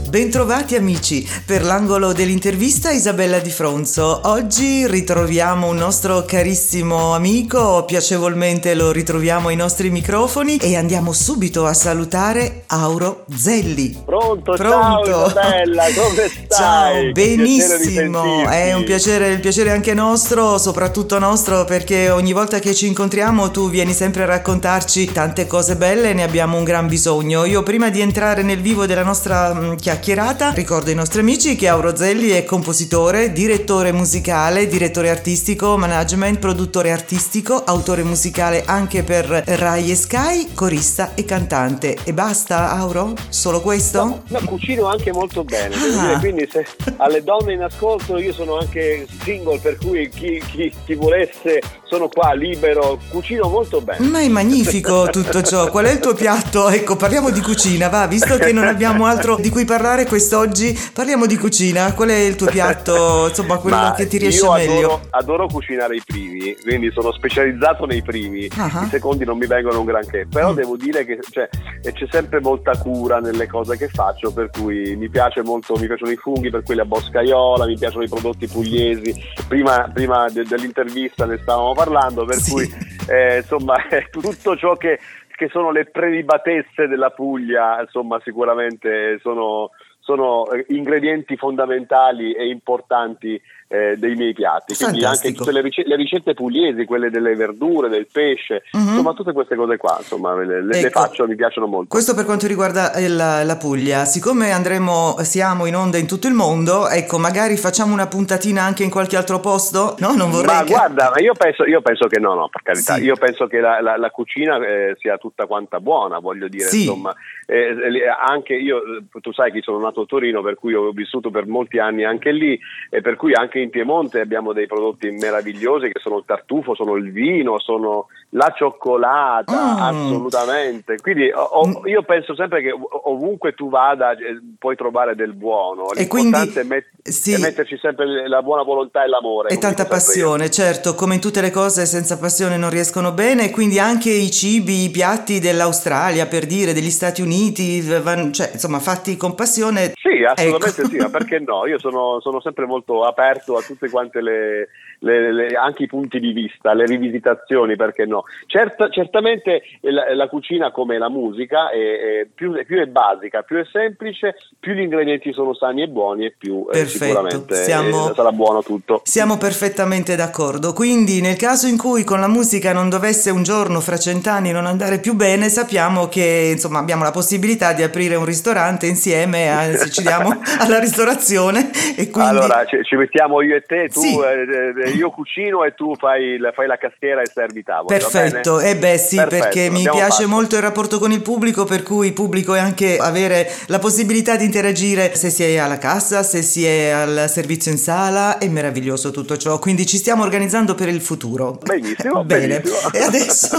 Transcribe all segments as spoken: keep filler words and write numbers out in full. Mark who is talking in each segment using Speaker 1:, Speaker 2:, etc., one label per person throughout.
Speaker 1: Bentrovati amici, per l'angolo dell'intervista Isabella Di Fronzo. Oggi ritroviamo un nostro carissimo amico, piacevolmente lo ritroviamo ai nostri microfoni e andiamo subito a salutare Auro Zelli.
Speaker 2: Pronto,
Speaker 1: Pronto?
Speaker 2: Ciao Isabella, come stai?
Speaker 1: Ciao, benissimo, è un piacere, il piacere anche nostro, soprattutto nostro perché ogni volta che ci incontriamo tu vieni sempre a raccontarci tante cose belle e ne abbiamo un gran bisogno. Io prima di entrare nel vivo della nostra mh, chiacchierata ricordo ai nostri amici che Auro Zelli è compositore, direttore musicale, direttore artistico, management, produttore artistico, autore musicale anche per Rai e Sky, corista e cantante. E basta, Auro? Solo questo?
Speaker 2: No, no, cucino anche molto bene,
Speaker 1: Ah.
Speaker 2: dire, quindi se alle donne in ascolto io sono anche single, per cui chi, chi, chi volesse sono qua libero, cucino molto bene.
Speaker 1: Ma è magnifico tutto ciò. Qual è il tuo piatto? Ecco, parliamo di cucina, va, visto che non abbiamo altro di cui parlare quest'oggi, parliamo di cucina. Qual è il tuo piatto, insomma, quello
Speaker 2: Ma
Speaker 1: che ti riesce
Speaker 2: io
Speaker 1: meglio?
Speaker 2: adoro, adoro cucinare i primi, quindi sono specializzato nei primi.
Speaker 1: Uh-huh.
Speaker 2: I secondi non mi vengono un granché, però
Speaker 1: Mm.
Speaker 2: devo dire che cioè, c'è sempre molta cura nelle cose che faccio, per cui mi piace molto, mi piacciono i funghi, per cui la boscaiola, mi piacciono i prodotti pugliesi. Prima, prima de- dell'intervista ne stavamo parlando, per
Speaker 1: Sì.
Speaker 2: cui eh, insomma tutto ciò che, che sono le prelibatezze della Puglia, insomma sicuramente sono sono ingredienti fondamentali e importanti eh, dei miei piatti, quindi
Speaker 1: Fantastico.
Speaker 2: anche tutte le, rice- le ricette pugliesi, quelle delle verdure, del pesce,
Speaker 1: Mhm.
Speaker 2: insomma tutte queste cose qua, insomma le, le- le
Speaker 1: Ecco.
Speaker 2: faccio, mi piacciono molto.
Speaker 1: Questo per quanto riguarda eh, la, la Puglia. Siccome andremo, siamo in onda in tutto il mondo, ecco, magari facciamo una puntatina anche in qualche altro posto? No, non vorrei
Speaker 2: Ma
Speaker 1: che...
Speaker 2: guarda, io penso, io penso che no, no, per carità,
Speaker 1: Sì.
Speaker 2: io penso che la, la, la cucina eh, sia tutta quanta buona, voglio dire,
Speaker 1: Sì.
Speaker 2: insomma, eh, eh, anche io, eh, tu sai che sono nato a Torino, per cui ho vissuto per molti anni anche lì, e per cui anche in Piemonte abbiamo dei prodotti meravigliosi che sono il tartufo, sono il vino, sono la cioccolata,
Speaker 1: Mm.
Speaker 2: assolutamente, quindi o- o- io penso sempre che ov- ovunque tu vada eh, puoi trovare del buono,
Speaker 1: E quindi,
Speaker 2: l'importante è, met-
Speaker 1: sì.
Speaker 2: è metterci sempre la buona volontà e l'amore.
Speaker 1: E
Speaker 2: come
Speaker 1: tanta
Speaker 2: dico sempre io.
Speaker 1: passione, certo, come in tutte le cose senza passione non riescono bene, e quindi anche i cibi, i piatti dell'Australia, per dire, degli Stati Uniti, van- cioè insomma fatti con passione.
Speaker 2: Sì, assolutamente
Speaker 1: Ecco.
Speaker 2: sì, ma perché no? Io sono, sono sempre molto aperto a tutte quante le, le- le- anche i punti di vista, le rivisitazioni, perché no? Certa- certamente la, la cucina, come la musica, è, è più, più è basica, più è semplice, più gli ingredienti sono sani e buoni e più eh,
Speaker 1: Perfetto,
Speaker 2: sicuramente
Speaker 1: siamo-
Speaker 2: eh, sarà buono tutto.
Speaker 1: Siamo perfettamente d'accordo, quindi nel caso in cui con la musica non dovesse un giorno fra cent'anni non andare più bene, sappiamo che insomma abbiamo la possibilità di aprire un ristorante insieme, anzi ci diamo alla ristorazione e quindi...
Speaker 2: Allora ci, ci mettiamo io e te, tu,
Speaker 1: Sì.
Speaker 2: eh, eh, io cucino e tu fai, la- fai la castiera e servi i tavoli. va
Speaker 1: Perfetto,
Speaker 2: bene?
Speaker 1: eh beh sì,
Speaker 2: Perfetto,
Speaker 1: perché mi
Speaker 2: l'abbiamo
Speaker 1: piace
Speaker 2: fatto.
Speaker 1: molto il rapporto con il pubblico, per cui il pubblico è anche avere la possibilità di interagire se si è alla cassa, se si è al servizio in sala, è meraviglioso tutto ciò, quindi ci stiamo organizzando per il futuro.
Speaker 2: Benissimo,
Speaker 1: Bene,
Speaker 2: benissimo.
Speaker 1: e adesso,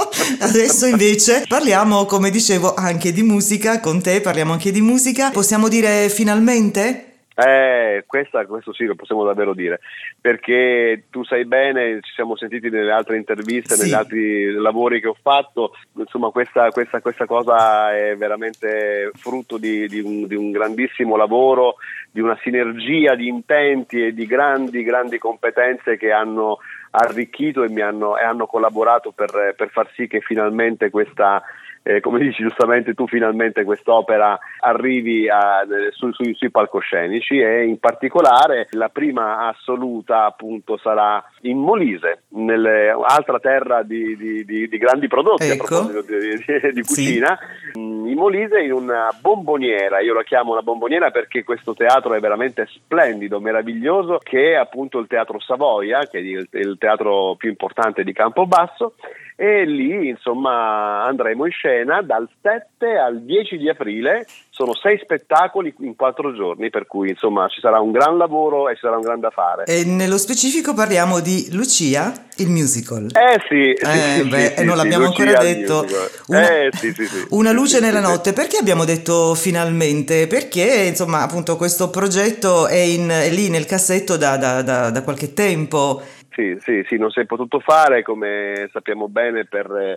Speaker 1: adesso invece parliamo, come dicevo, anche di musica, con te parliamo anche di musica, possiamo dire finalmente?
Speaker 2: Eh, questa, questo sì, lo possiamo davvero dire, perché tu sai bene, ci siamo sentiti nelle altre interviste,
Speaker 1: Sì.
Speaker 2: negli altri lavori che ho fatto, insomma questa, questa, questa cosa è veramente frutto di, di, un, di un grandissimo lavoro, di una sinergia di intenti e di grandi, grandi competenze che hanno arricchito e mi hanno, e hanno collaborato per, per far sì che finalmente questa... Eh, come dici giustamente tu, finalmente quest'opera arrivi a, su, su, sui palcoscenici, e in particolare la prima assoluta appunto sarà in Molise, nell'altra terra di, di, di, di grandi prodotti,
Speaker 1: Ecco.
Speaker 2: a proposito di, di, di
Speaker 1: Sì.
Speaker 2: cucina. In Molise, in una bomboniera, io la chiamo una bomboniera perché questo teatro è veramente splendido, meraviglioso, che è appunto il Teatro Savoia, che è il, il teatro più importante di Campobasso, e lì insomma andremo in scena dal sette al dieci di aprile. Sono sei spettacoli in quattro giorni, per cui insomma ci sarà un gran lavoro e ci sarà un gran da fare.
Speaker 1: E nello specifico parliamo di Lucia, il musical.
Speaker 2: Eh sì, sì,
Speaker 1: Eh,
Speaker 2: sì,
Speaker 1: beh,
Speaker 2: sì,
Speaker 1: e non
Speaker 2: sì,
Speaker 1: l'abbiamo
Speaker 2: Lucia
Speaker 1: ancora
Speaker 2: il
Speaker 1: detto.
Speaker 2: musical.
Speaker 1: Una,
Speaker 2: Eh, sì, sì, sì.
Speaker 1: una
Speaker 2: Sì,
Speaker 1: luce
Speaker 2: sì,
Speaker 1: nella
Speaker 2: sì,
Speaker 1: notte. Perché abbiamo detto finalmente? Perché insomma appunto questo progetto è, in, è lì nel cassetto da, da, da, da qualche tempo.
Speaker 2: Sì, sì, sì, non si è potuto fare, come sappiamo bene, per,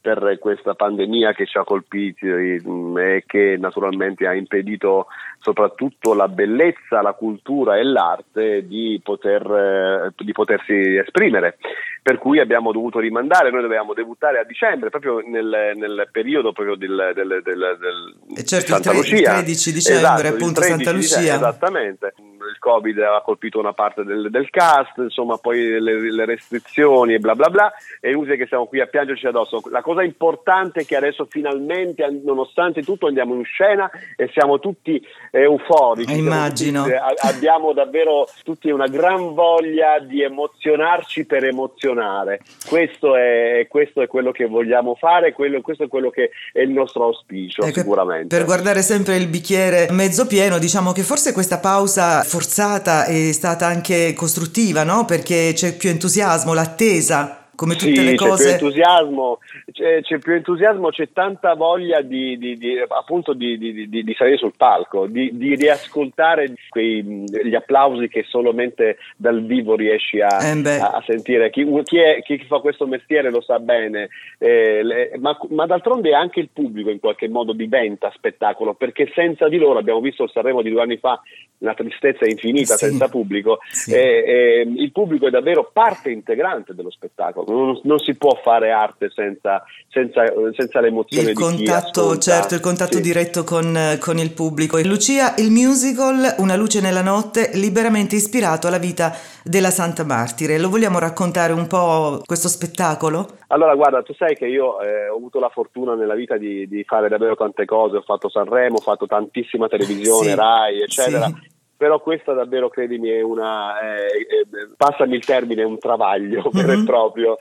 Speaker 2: per questa pandemia che ci ha colpiti e che naturalmente ha impedito soprattutto la bellezza, la cultura e l'arte di poter di potersi esprimere, per cui abbiamo dovuto rimandare. Noi dovevamo debuttare a dicembre, proprio nel, nel periodo proprio del, del, del, del
Speaker 1: e certo,
Speaker 2: Santa
Speaker 1: il, tre,
Speaker 2: Lucia.
Speaker 1: il tredici dicembre,
Speaker 2: esatto,
Speaker 1: appunto,
Speaker 2: tredici
Speaker 1: Santa Lucia.
Speaker 2: Dicembre, esattamente. Il Covid ha colpito una parte del, del cast, insomma, poi le, le restrizioni e bla bla bla, è inutile che siamo qui a piangerci addosso. La cosa importante è che adesso finalmente, nonostante tutto, andiamo in scena e siamo tutti euforici.
Speaker 1: Immagino.
Speaker 2: Tutti, abbiamo davvero tutti una gran voglia di emozionarci per emozionare. Questo è, questo è quello che vogliamo fare, quello, questo è quello che è il nostro auspicio, ecco, sicuramente.
Speaker 1: Per guardare sempre il bicchiere mezzo pieno, diciamo che forse questa pausa forzata è stata anche costruttiva, no? Perché c'è più entusiasmo, l'attesa. Come tutte
Speaker 2: sì,
Speaker 1: le cose.
Speaker 2: C'è più entusiasmo, c'è, c'è più entusiasmo, c'è tanta voglia di, di, di appunto di, di, di, di salire sul palco, di, di riascoltare quei, gli applausi che solamente dal vivo riesci a,
Speaker 1: eh
Speaker 2: a, a sentire. Chi, chi, è, chi fa questo mestiere lo sa bene, eh, le, ma, ma d'altronde anche il pubblico in qualche modo diventa spettacolo, perché senza di loro, abbiamo visto il Sanremo di due anni fa, una tristezza infinita sì. senza pubblico, sì. eh, eh, il pubblico è davvero parte integrante dello spettacolo. Non, non si può fare arte senza, senza, senza l'emozione
Speaker 1: il
Speaker 2: di
Speaker 1: contatto,
Speaker 2: chi ascolta.
Speaker 1: certo, il contatto sì. diretto con, con il pubblico. Lucia, il musical Una luce nella notte, liberamente ispirato alla vita della Santa Martire. Lo vogliamo raccontare un po' questo spettacolo?
Speaker 2: Allora, guarda, tu sai che io eh, ho avuto la fortuna nella vita di, di fare davvero tante cose. Ho fatto Sanremo, ho fatto tantissima televisione, sì. Rai, eccetera. Sì. Però questa davvero, credimi, è una, eh, eh, passami il termine, è un travaglio vero mm-hmm. e proprio,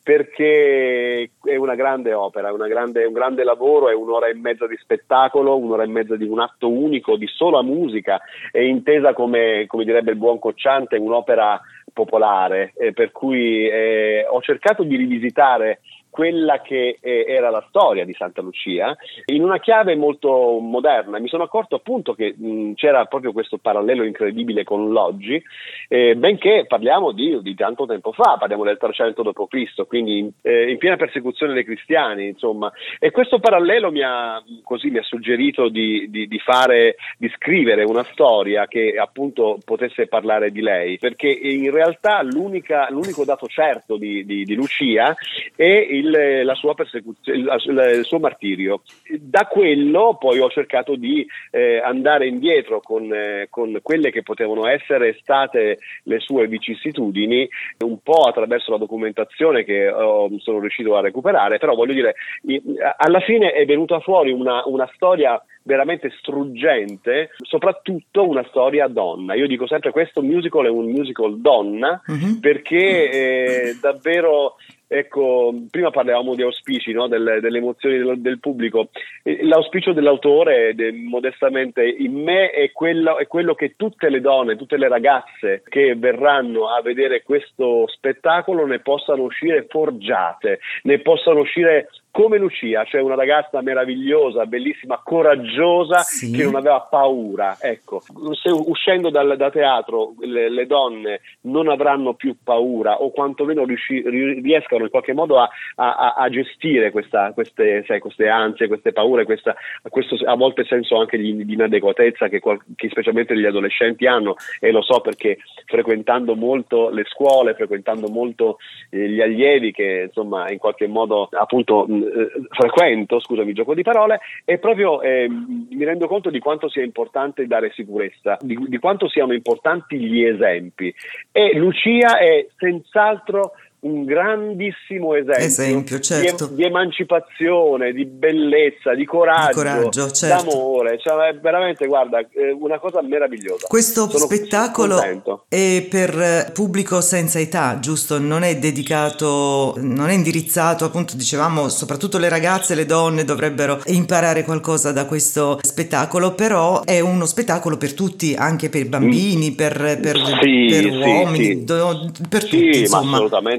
Speaker 2: perché è una grande opera, una grande, un grande lavoro, è un'ora e mezza di spettacolo, un'ora e mezza di un atto unico, di sola musica, è intesa come, come direbbe il buon Cocciante, un'opera popolare, eh, per cui eh, ho cercato di rivisitare quella che eh, era la storia di Santa Lucia in una chiave molto moderna. Mi sono accorto appunto che mh, c'era proprio questo parallelo incredibile con l'oggi, eh, benché parliamo di, di tanto tempo fa, parliamo del trecento dopo Cristo, quindi eh, in piena persecuzione dei cristiani, insomma, e questo parallelo mi ha così mi ha suggerito di, di, di fare, di scrivere una storia che appunto potesse parlare di lei, perché in realtà l'unica, l'unico dato certo di, di, di Lucia è il la sua persecuzione, il suo martirio. Da quello poi ho cercato di eh, andare indietro con, eh, con quelle che potevano essere state le sue vicissitudini, un po' attraverso la documentazione che oh, sono riuscito a recuperare, però voglio dire, alla fine è venuta fuori una, una storia veramente struggente, soprattutto una storia donna. Io dico sempre questo musical è un musical donna, uh-huh. perché eh, davvero, ecco, prima parlavamo di auspici, no? Del, delle emozioni del, del pubblico. L'auspicio dell'autore, de, modestamente, in me è quello, è quello che tutte le donne, tutte le ragazze che verranno a vedere questo spettacolo ne possano uscire forgiate, ne possano uscire come Lucia, cioè una ragazza meravigliosa, bellissima, coraggiosa, sì. che non aveva paura. Ecco, se uscendo dal, da teatro le, le donne non avranno più paura, o quantomeno riusci, riescano in qualche modo a, a, a gestire questa, queste, sai, queste ansie, queste paure, questa, questo a volte senso anche di, di inadeguatezza che, che specialmente gli adolescenti hanno, e lo so perché frequentando molto le scuole, frequentando molto eh, gli allievi che insomma in qualche modo appunto Eh, frequento, scusami, gioco di parole, e proprio eh, mi rendo conto di quanto sia importante dare sicurezza, di, di quanto siano importanti gli esempi, e Lucia è senz'altro un grandissimo esempio,
Speaker 1: esempio certo.
Speaker 2: di, di emancipazione, di bellezza, di coraggio,
Speaker 1: di coraggio certo.
Speaker 2: d'amore, cioè veramente, guarda, una cosa meravigliosa.
Speaker 1: Questo
Speaker 2: Sono
Speaker 1: spettacolo
Speaker 2: contento.
Speaker 1: È per pubblico senza età, giusto? Non è dedicato, non è indirizzato, appunto dicevamo, soprattutto le ragazze, le donne dovrebbero imparare qualcosa da questo spettacolo, però è uno spettacolo per tutti, anche per bambini, per, per,
Speaker 2: sì,
Speaker 1: per
Speaker 2: sì,
Speaker 1: uomini,
Speaker 2: sì.
Speaker 1: Do, per
Speaker 2: sì,
Speaker 1: tutti, insomma.
Speaker 2: Ma assolutamente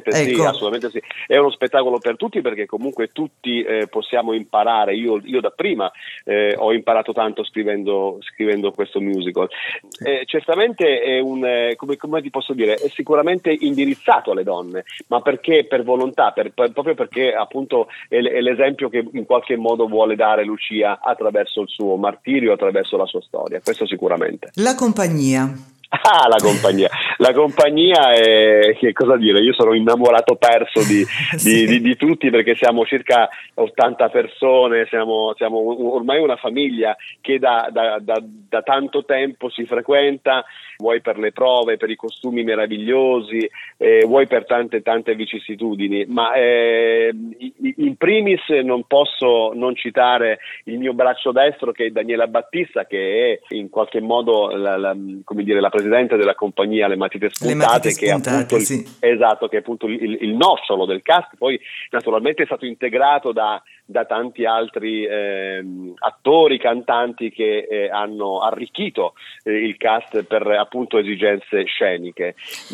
Speaker 2: assolutamente
Speaker 1: ecco.
Speaker 2: sì, assolutamente sì. È uno spettacolo per tutti, perché comunque tutti eh, possiamo imparare. Io, io da prima eh, ho imparato tanto scrivendo, scrivendo questo musical. Eh, certamente è un, eh, come, come ti posso dire, è sicuramente indirizzato alle donne, ma perché per volontà, per, per, proprio perché appunto è, è l'esempio che in qualche modo vuole dare Lucia attraverso il suo martirio, attraverso la sua storia, questo sicuramente.
Speaker 1: La compagnia.
Speaker 2: Ah, la compagnia. La compagnia è, che cosa dire, io sono innamorato perso di,
Speaker 1: Sì.
Speaker 2: di, di, di tutti, perché siamo circa ottanta persone, siamo, siamo ormai una famiglia che da, da, da, da tanto tempo si frequenta, vuoi per le prove, per i costumi meravigliosi, eh, vuoi per tante tante vicissitudini, ma eh, in primis non posso non citare il mio braccio destro, che è Daniela Battista, che è in qualche modo la, la, come dire, la presidente della compagnia Le Matite Spuntate,
Speaker 1: Le matite
Speaker 2: che è appunto il,
Speaker 1: sì.
Speaker 2: esatto, che è appunto il, il nocciolo del cast. Poi naturalmente è stato integrato da, da tanti altri eh, attori, cantanti che eh, hanno arricchito eh, il cast per appunto esigenze sceniche,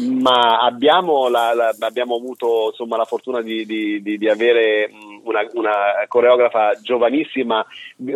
Speaker 2: ma abbiamo, la, la, abbiamo avuto insomma la fortuna di, di, di, di avere una, una coreografa giovanissima,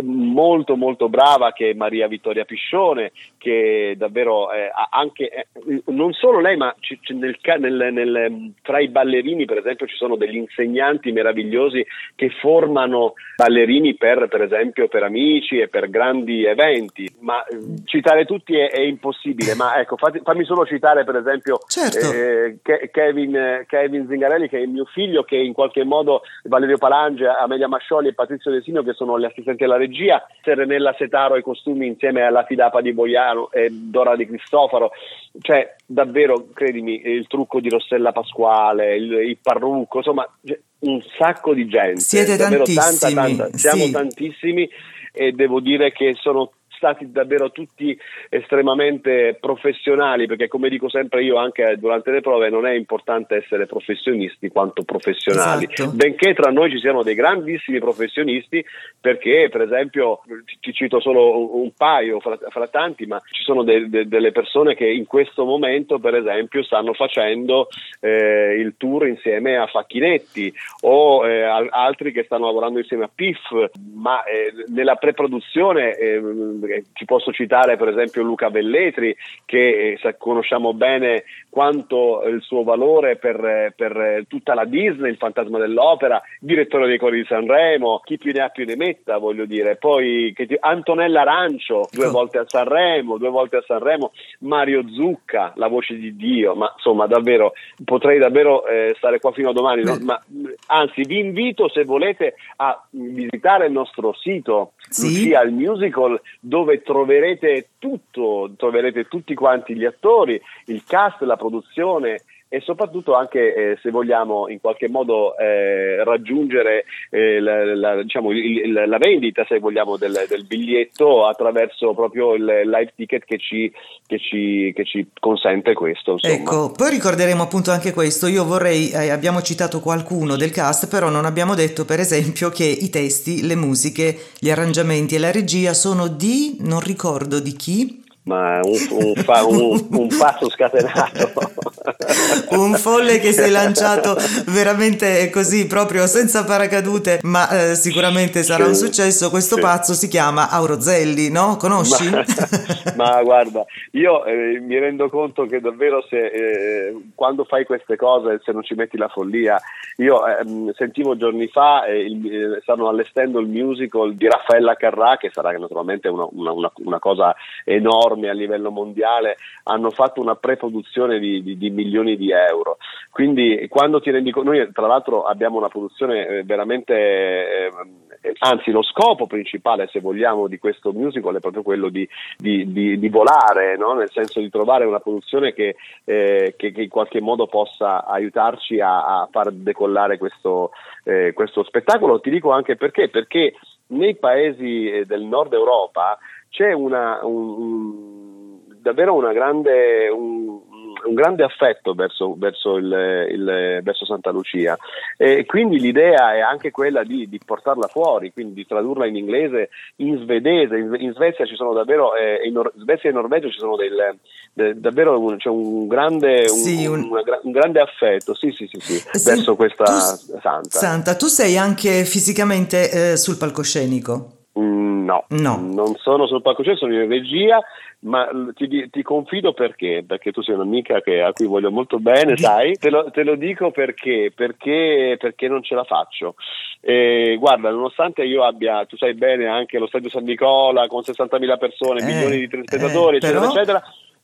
Speaker 2: molto molto brava, che è Maria Vittoria Piscione, che davvero eh, anche eh, non solo lei, ma c- c- nel, nel, nel, tra i ballerini per esempio ci sono degli insegnanti meravigliosi che formano ballerini per per esempio per Amici e per grandi eventi, ma eh, citare tutti è, è impossibile, ma ecco fatti, fammi solo citare per esempio
Speaker 1: certo.
Speaker 2: eh, Ke- Kevin, Kevin Zingarelli, che è il mio figlio, che in qualche modo Valerio Palange, Amelia Mascioli e Patrizio Desino, che sono le assistenti alla regia, Serenella Setaro ai costumi insieme alla Fidapa di Boiano e Dora Di Cristofaro, cioè davvero credimi, il trucco di Rossella Pasquale, il, il parrucco, insomma un sacco di gente.
Speaker 1: Siete
Speaker 2: davvero
Speaker 1: tantissimi,
Speaker 2: tanta, tanta, siamo
Speaker 1: sì.
Speaker 2: tantissimi, e devo dire che sono stati davvero tutti estremamente professionali, perché come dico sempre io anche durante le prove, non è importante essere professionisti quanto professionali,
Speaker 1: esatto.
Speaker 2: benché tra noi ci siano dei grandissimi professionisti, perché per esempio ti cito solo un paio fra, fra tanti, ma ci sono de, de, delle persone che in questo momento per esempio stanno facendo eh, il tour insieme a Facchinetti, o eh, altri che stanno lavorando insieme a Piff, ma eh, nella preproduzione eh, ci posso citare per esempio Luca Velletri, che eh, conosciamo bene quanto il suo valore per, per tutta la Disney, il fantasma dell'opera, direttore dei cori di Sanremo, chi più ne ha più ne metta, voglio dire. Poi che ti, Antonella Arancio, due volte a Sanremo, due volte a Sanremo, Mario Zucca, la voce di Dio, ma insomma davvero potrei davvero eh, stare qua fino a domani, no? Ma anzi vi invito, se volete, a visitare il nostro sito, sì? Lucia il Musical, dove troverete tutto, troverete tutti quanti gli attori, il cast, la produzione, e soprattutto anche eh, se vogliamo in qualche modo eh, raggiungere eh, la, la, diciamo, il, il, la vendita, se vogliamo, del, del biglietto attraverso proprio il live ticket che ci, che ci, che ci consente questo, insomma.
Speaker 1: Ecco, poi ricorderemo appunto anche questo. Io vorrei, eh, abbiamo citato qualcuno del cast, però non abbiamo detto per esempio che i testi, le musiche, gli arrangiamenti e la regia sono di, non ricordo di chi,
Speaker 2: ma un, un, fa, un, un passo scatenato.
Speaker 1: Un folle che si è lanciato veramente così, proprio senza paracadute, ma eh, sicuramente sarà
Speaker 2: sì,
Speaker 1: un successo. Questo sì. Pazzo si chiama Aurozelli, no? Conosci?
Speaker 2: Ma, ma guarda, io eh, mi rendo conto che davvero se eh, quando fai queste cose, se non ci metti la follia, io eh, sentivo giorni fa eh, il, eh, stanno allestendo il musical di Raffaella Carrà, che sarà naturalmente una, una, una, una cosa enorme a livello mondiale. Hanno fatto una preproduzione di, di, di milioni di euro, quindi quando ti rendi conto, noi tra l'altro abbiamo una produzione veramente eh, anzi lo scopo principale, se vogliamo, di questo musical è proprio quello di, di, di, di volare, no? Nel senso di trovare una produzione che, eh, che, che in qualche modo possa aiutarci a, a far decollare questo, eh, questo spettacolo. Ti dico anche perché, perché nei paesi del nord Europa c'è una un, un, davvero una grande un, un grande affetto verso, verso, il, il, verso Santa Lucia, e quindi l'idea è anche quella di, di portarla fuori, quindi di tradurla in inglese, in svedese. In, in Svezia ci sono davvero, eh, in Nor- Svezia e Norvegia ci sono del, de, davvero un, c'è un grande,
Speaker 1: sì,
Speaker 2: un,
Speaker 1: un...
Speaker 2: Una, un grande affetto, sì sì sì, sì
Speaker 1: sì,
Speaker 2: verso questa
Speaker 1: tu,
Speaker 2: santa.
Speaker 1: Santa, tu sei anche fisicamente eh, sul palcoscenico?
Speaker 2: Mm, no,
Speaker 1: no,
Speaker 2: non sono sul palcoscenico, sono in regia, ma ti, ti confido perché, perché tu sei un'amica che, a cui voglio molto bene,
Speaker 1: Di...
Speaker 2: sai, te lo, te lo dico perché, perché, perché non ce la faccio. Eh, guarda, nonostante io abbia, tu sai bene, anche lo Stadio San Nicola con sessantamila persone,
Speaker 1: eh,
Speaker 2: milioni di
Speaker 1: eh,
Speaker 2: telespettatori, eccetera,
Speaker 1: però...
Speaker 2: eccetera,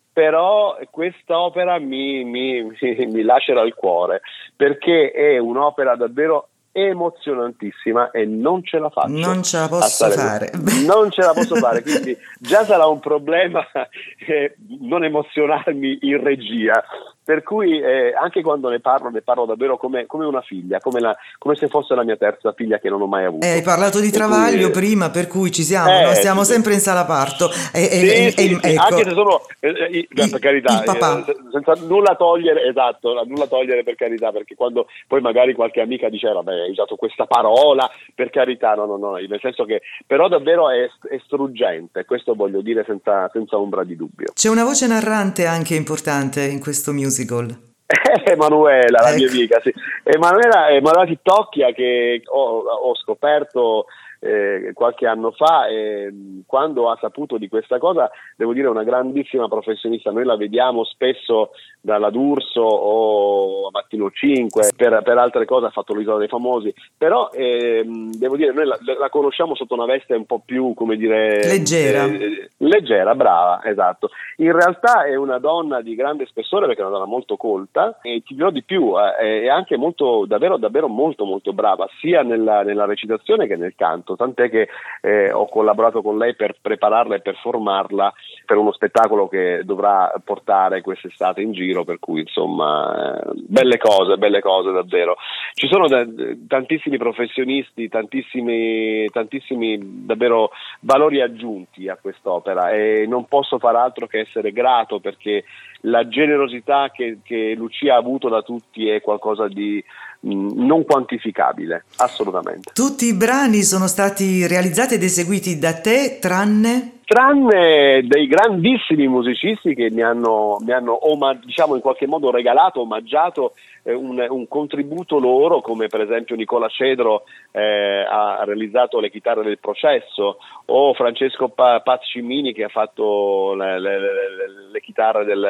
Speaker 2: però quest'opera mi, mi, mi, mi lacera il cuore, perché è un'opera davvero emozionantissima e non ce la faccio,
Speaker 1: non ce la posso fare,
Speaker 2: non ce la posso fare, quindi già sarà un problema eh, non emozionarmi in regia, per cui eh, anche quando ne parlo ne parlo davvero come, come una figlia, come, la, come se fosse la mia terza figlia che non ho mai avuto.
Speaker 1: Eh, hai parlato di
Speaker 2: per
Speaker 1: Travaglio
Speaker 2: cui,
Speaker 1: prima, per cui ci siamo,
Speaker 2: eh,
Speaker 1: no? Stiamo
Speaker 2: sì,
Speaker 1: sempre in sala parto e,
Speaker 2: sì,
Speaker 1: e,
Speaker 2: sì,
Speaker 1: e,
Speaker 2: sì,
Speaker 1: ecco,
Speaker 2: anche se sono eh, eh,
Speaker 1: il,
Speaker 2: per carità,
Speaker 1: il papà.
Speaker 2: eh, senza nulla togliere, esatto, nulla togliere, per carità, perché quando poi magari qualche amica dice vabbè, hai usato questa parola, per carità, no no no, nel senso che però davvero è, è struggente, questo voglio dire senza, senza ombra di dubbio.
Speaker 1: C'è una voce narrante anche importante in questo musical.
Speaker 2: Emanuela, la
Speaker 1: ecco.
Speaker 2: mia amica, sì. Emanuela, Emanuela Tittocchia, che ho, ho scoperto eh, qualche anno fa, e quando ha saputo di questa cosa, devo dire, è una grandissima professionista. Noi la vediamo spesso dalla D'Urso o a Mattino cinque, per, per altre cose ha fatto l'Isola dei Famosi, però ehm, devo dire, noi la, la conosciamo sotto una veste un po' più, come dire,
Speaker 1: leggera.
Speaker 2: Eh, leggera, brava, esatto. In realtà è una donna di grande spessore, perché è una donna molto colta, e ti dirò di più, eh, è anche molto, davvero, davvero molto, molto brava, sia nella, nella recitazione che nel canto, tant'è che eh, ho collaborato con lei per prepararla e per formarla per uno spettacolo che dovrà portare quest'estate in giro, per cui insomma eh, belle cose, belle cose davvero. Ci sono da, tantissimi professionisti, tantissimi, tantissimi davvero valori aggiunti a quest'opera, e non posso far altro che essere grato, perché la generosità che, che Lucia ha avuto da tutti è qualcosa di mh, non quantificabile, assolutamente.
Speaker 1: Tutti i brani sono stati realizzati ed eseguiti da te, tranne?
Speaker 2: Tranne dei grandissimi musicisti che mi hanno, mi hanno oma- diciamo in qualche modo regalato, omaggiato eh, un, un contributo loro, come per esempio Nicola Cedro eh, ha realizzato le chitarre del Processo, o Francesco pa- Pazzimini che ha fatto le, le, le, le chitarre del,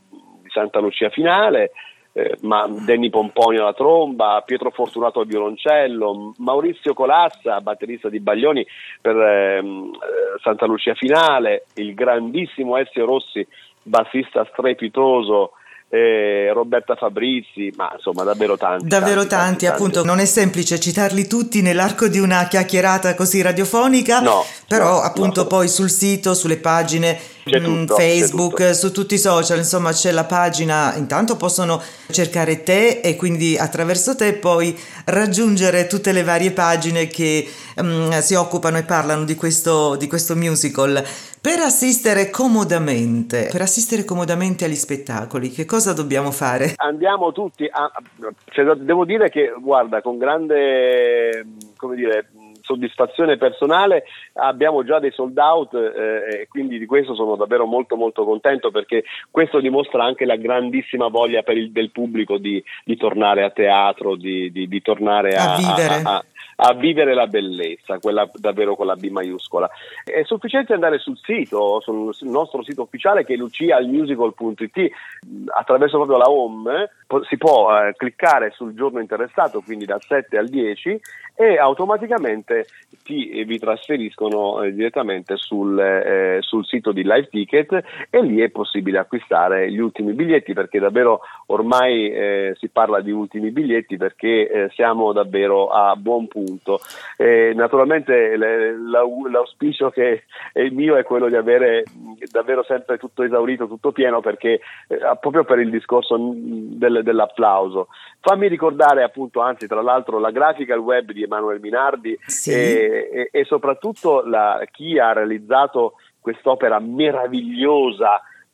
Speaker 2: di Santa Lucia Finale. Eh, ma Denny Pomponi alla tromba, Pietro Fortunato al violoncello, Maurizio Colazza, batterista di Baglioni per ehm, eh, Santa Lucia Finale, il grandissimo Ezio Rossi, bassista strepitoso, eh, Roberta Fabrizi, ma insomma davvero tanti.
Speaker 1: Davvero
Speaker 2: tanti,
Speaker 1: tanti,
Speaker 2: tanti,
Speaker 1: appunto,
Speaker 2: tanti.
Speaker 1: non è semplice citarli tutti nell'arco di una chiacchierata così radiofonica,
Speaker 2: no,
Speaker 1: però
Speaker 2: no,
Speaker 1: appunto
Speaker 2: no.
Speaker 1: poi sul sito, sulle pagine
Speaker 2: C'è
Speaker 1: mh,
Speaker 2: tutto,
Speaker 1: Facebook,
Speaker 2: c'è tutto.
Speaker 1: su tutti i social, insomma c'è la pagina, intanto possono cercare te e quindi attraverso te poi raggiungere tutte le varie pagine che mh, si occupano e parlano di questo, di questo musical. Per assistere comodamente, per assistere comodamente agli spettacoli, che cosa dobbiamo fare?
Speaker 2: Andiamo tutti a, cioè, devo dire che guarda, con grande, come dire, soddisfazione personale abbiamo già dei sold out eh, e quindi di questo sono davvero molto molto contento, perché questo dimostra anche la grandissima voglia per il, del pubblico di, di tornare a teatro, di, di, di tornare a,
Speaker 1: a vivere.
Speaker 2: A, a, a vivere la bellezza, quella davvero con la B maiuscola. È sufficiente andare sul sito, sul, sul nostro sito ufficiale, che è lucia al musical punto it, attraverso proprio la home eh, si può eh, cliccare sul giorno interessato, quindi dal sette al dieci, e automaticamente ti, eh, vi trasferiscono eh, direttamente sul, eh, sul sito di Live Ticket, e lì è possibile acquistare gli ultimi biglietti, perché davvero ormai eh, si parla di ultimi biglietti, perché eh, siamo davvero a buon punto. Eh, naturalmente le, la, l'auspicio che è il mio è quello di avere davvero sempre tutto esaurito, tutto pieno, perché eh, proprio per il discorso del, dell'applauso. Fammi ricordare appunto, anzi tra l'altro, la graphical web di Emanuele Minardi,
Speaker 1: sì.
Speaker 2: e, e, e soprattutto la, chi ha realizzato quest'opera meravigliosa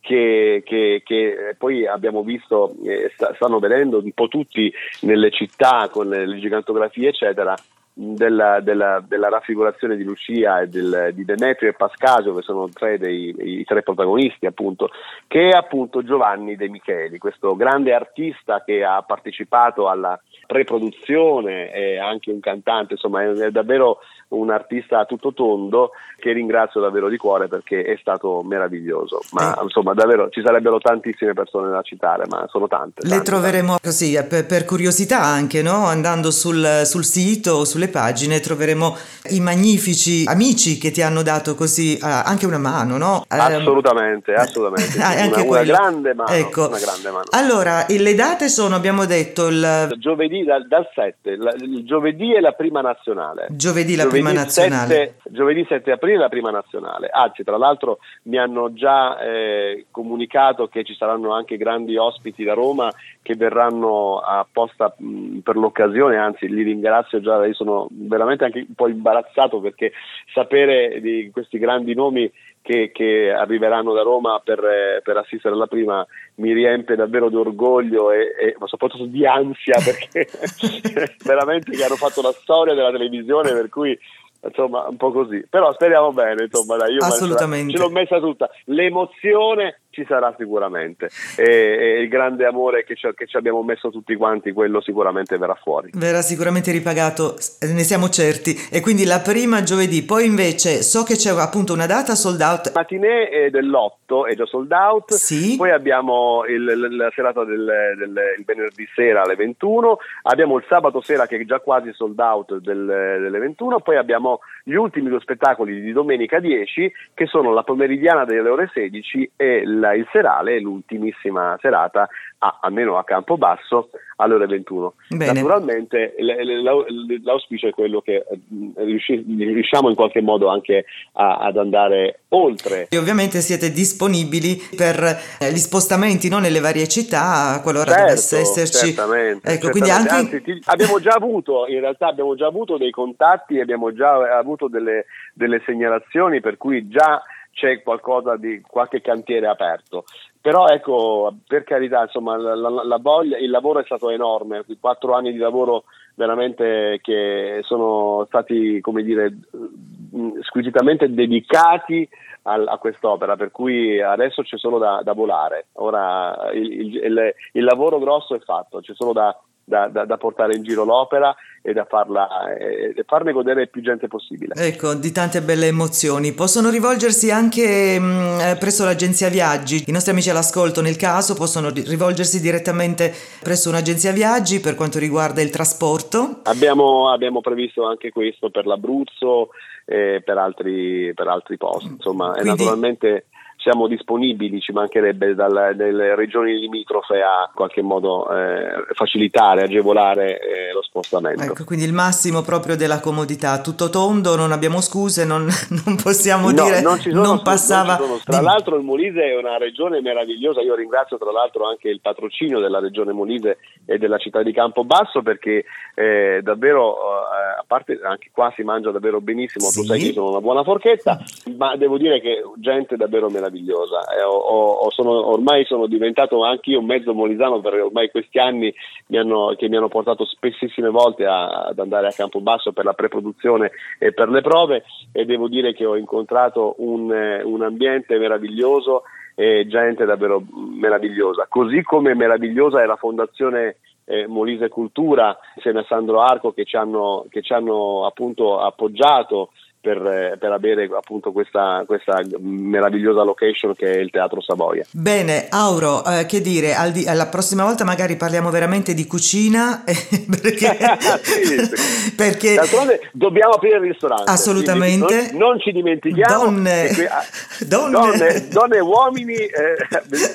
Speaker 2: che, che, che poi abbiamo visto, eh, stanno vedendo un po' tutti nelle città con le gigantografie eccetera, Della, della, della raffigurazione di Lucia e del, di Demetrio e Pascasio, che sono tre dei i tre protagonisti, appunto, che è appunto Giovanni De Micheli, questo grande artista che ha partecipato alla pre-produzione, è anche un cantante, insomma è, è davvero un artista a tutto tondo che ringrazio davvero di cuore perché è stato meraviglioso, ma eh. insomma davvero ci sarebbero tantissime persone da citare, ma sono tante.
Speaker 1: Le
Speaker 2: tante,
Speaker 1: troveremo
Speaker 2: tante.
Speaker 1: così per, per curiosità anche, no? Andando sul, sul sito, sulle pagine troveremo i magnifici amici che ti hanno dato così uh, anche una mano, no?
Speaker 2: Assolutamente,
Speaker 1: eh,
Speaker 2: assolutamente.
Speaker 1: Anche
Speaker 2: una, una grande mano,
Speaker 1: ecco.
Speaker 2: una grande mano.
Speaker 1: Allora, le date sono, abbiamo detto il
Speaker 2: giovedì dal, dal sette, la, il giovedì è la prima nazionale.
Speaker 1: Giovedì la
Speaker 2: giovedì
Speaker 1: prima nazionale.
Speaker 2: sette, giovedì sette aprile la prima nazionale. Anzi, tra l'altro mi hanno già eh, comunicato che ci saranno anche grandi ospiti da Roma che verranno apposta mh, per l'occasione, anzi li ringrazio già, io sono veramente anche un po' imbarazzato perché sapere di questi grandi nomi che, che arriveranno da Roma per, eh, per assistere alla prima mi riempie davvero di orgoglio e, e ma soprattutto di ansia perché veramente che hanno fatto la storia della televisione, per cui insomma un po' così, però speriamo bene, insomma dai, io
Speaker 1: assolutamente
Speaker 2: ce l'ho messa tutta, l'emozione ci sarà sicuramente e, e il grande amore che ci, che ci abbiamo messo tutti quanti, quello sicuramente verrà fuori,
Speaker 1: verrà sicuramente ripagato, ne siamo certi. E quindi la prima giovedì, poi invece so che c'è appunto una data sold out,
Speaker 2: matinée dell'otto è già sold out,
Speaker 1: sì.
Speaker 2: Poi abbiamo il, la serata del, del il venerdì sera alle ventuno, abbiamo il sabato sera che è già quasi sold out del, delle ventuno, poi abbiamo gli ultimi due spettacoli di domenica dieci che sono la pomeridiana delle ore sedici e la il serale, l'ultimissima serata, a, almeno a Campobasso, alle ore ventuno.
Speaker 1: Bene.
Speaker 2: Naturalmente l'auspicio è quello che riusciamo in qualche modo anche a, ad andare oltre.
Speaker 1: E ovviamente siete disponibili per eh, gli spostamenti, no, nelle varie città qualora
Speaker 2: certo,
Speaker 1: dovesse esserci.
Speaker 2: Certamente,
Speaker 1: ecco,
Speaker 2: certamente.
Speaker 1: Quindi anche...
Speaker 2: Anzi, ti, abbiamo già avuto, in realtà abbiamo già avuto dei contatti, abbiamo già avuto delle, delle segnalazioni, per cui già c'è qualcosa di qualche cantiere aperto, però ecco, per carità, insomma la, la, la voglia, il lavoro è stato enorme, quattro anni di lavoro veramente che sono stati, come dire, squisitamente dedicati a, a quest'opera, per cui adesso c'è solo da, da volare, ora il, il, il, il lavoro grosso è fatto, c'è solo da Da, da, da portare in giro l'opera e da farla e eh, farne godere più gente possibile.
Speaker 1: Ecco, di tante belle emozioni. Possono rivolgersi anche mh, presso l'agenzia viaggi. I nostri amici all'ascolto, nel caso, possono rivolgersi direttamente presso un'agenzia viaggi per quanto riguarda il trasporto.
Speaker 2: Abbiamo, abbiamo previsto anche questo per l'Abruzzo e per altri, per altri posti. Insomma, Quindi... naturalmente siamo disponibili, ci mancherebbe dal, dalle regioni limitrofe a qualche modo eh, facilitare, agevolare eh, lo spostamento.
Speaker 1: Ecco, quindi il massimo proprio della comodità, tutto tondo, non abbiamo scuse, non, non possiamo
Speaker 2: no,
Speaker 1: dire
Speaker 2: non, ci sono,
Speaker 1: non passava.
Speaker 2: Non ci sono. Tra
Speaker 1: di...
Speaker 2: l'altro il Molise è una regione meravigliosa, io ringrazio tra l'altro anche il patrocinio della regione Molise e della città di Campobasso perché eh, davvero, eh, a parte anche qua si mangia davvero benissimo, sì. Tu sai che io sono una buona forchetta, ma devo dire che gente davvero meravigliosa. Eh, ho, ho, sono, ormai sono diventato anche io un mezzo molisano perché ormai questi anni mi hanno, che mi hanno portato spessissime volte a, ad andare a Campobasso per la preproduzione e per le prove e devo dire che ho incontrato un, un ambiente meraviglioso e gente davvero meravigliosa, così come meravigliosa è la fondazione eh, Molise Cultura insieme a Sandro Arco che ci hanno, che ci hanno appunto appoggiato Per, per avere appunto questa, questa meravigliosa location che è il Teatro Savoia.
Speaker 1: Bene, Auro, eh, che dire, al di, alla prossima volta magari parliamo veramente di cucina perché,
Speaker 2: sì, sì.
Speaker 1: perché
Speaker 2: d'altronde dobbiamo aprire il ristorante.
Speaker 1: Assolutamente.
Speaker 2: Non, non ci dimentichiamo
Speaker 1: donne,
Speaker 2: che,
Speaker 1: donne.
Speaker 2: donne, donne e uomini eh,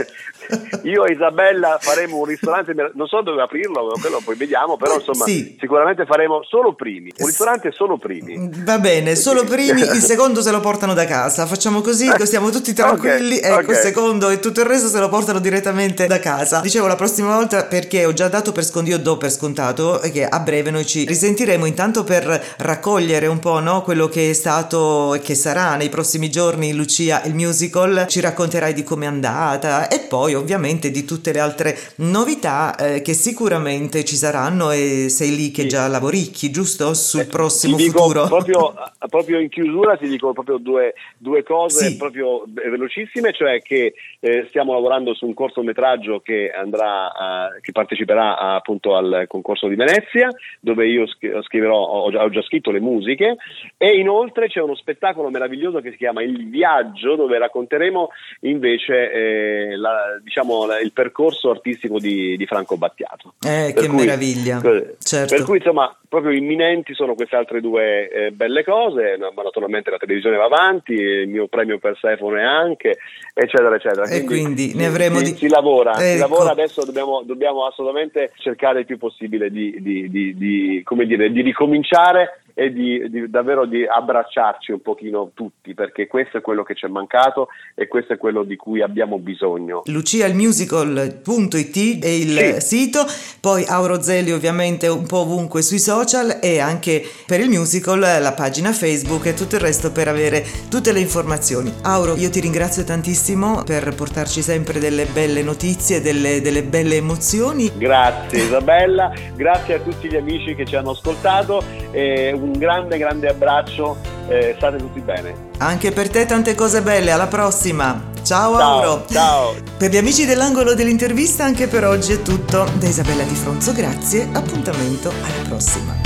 Speaker 2: io e Isabella faremo un ristorante, non so dove aprirlo, quello poi vediamo, però insomma sì. Sicuramente faremo solo primi, un ristorante solo primi.
Speaker 1: Va bene, solo primi, il secondo se lo portano da casa, facciamo così, stiamo tutti tranquilli, okay, ecco okay. Il secondo e tutto il resto se lo portano direttamente da casa. Dicevo la prossima volta perché ho già dato per scontato, io do per scontato che a breve noi ci risentiremo intanto per raccogliere un po', no, quello che è stato e che sarà nei prossimi giorni Lucia il musical, ci racconterai di com'è andata e poi ovviamente di tutte le altre novità eh, che sicuramente ci saranno e sei lì che sì. già lavoricchi, giusto? Sul eh, prossimo
Speaker 2: ti dico,
Speaker 1: futuro.
Speaker 2: Proprio, proprio in chiusura ti dico proprio due, due cose sì. proprio velocissime, cioè che eh, stiamo lavorando su un cortometraggio che andrà a, che parteciperà a, appunto al concorso di Venezia, dove io scriverò, ho già, ho già scritto le musiche, e inoltre c'è uno spettacolo meraviglioso che si chiama Il Viaggio, dove racconteremo invece eh, la, diciamo la, il percorso artistico di, di Franco Battiato.
Speaker 1: Eh, che cui, meraviglia!
Speaker 2: Per,
Speaker 1: certo.
Speaker 2: per cui insomma proprio imminenti sono queste altre due eh, belle cose, ma naturalmente la televisione va avanti, il mio premio Persefone anche, eccetera eccetera.
Speaker 1: E quindi, quindi ne avremo
Speaker 2: si,
Speaker 1: di...
Speaker 2: si lavora,
Speaker 1: ecco.
Speaker 2: si lavora adesso, dobbiamo, dobbiamo assolutamente cercare il più possibile di, di, di, di come dire, di ricominciare e di, di davvero di abbracciarci un pochino tutti, perché questo è quello che ci è mancato e questo è quello di cui abbiamo bisogno.
Speaker 1: lucia il musical punto it è il sì. sito, poi Auro Zeli ovviamente un po' ovunque sui social e anche per il musical la pagina Facebook e tutto il resto per avere tutte le informazioni. Auro, io ti ringrazio tantissimo per portarci sempre delle belle notizie, delle, delle belle emozioni.
Speaker 2: Grazie Isabella, grazie a tutti gli amici che ci hanno ascoltato e un grande grande abbraccio, eh, state tutti bene.
Speaker 1: Anche per te tante cose belle, alla prossima. Ciao,
Speaker 2: ciao
Speaker 1: Auro.
Speaker 2: Ciao.
Speaker 1: Per gli amici dell'angolo dell'intervista anche per oggi è tutto. Da Isabella Di Fronzo grazie, appuntamento alla prossima.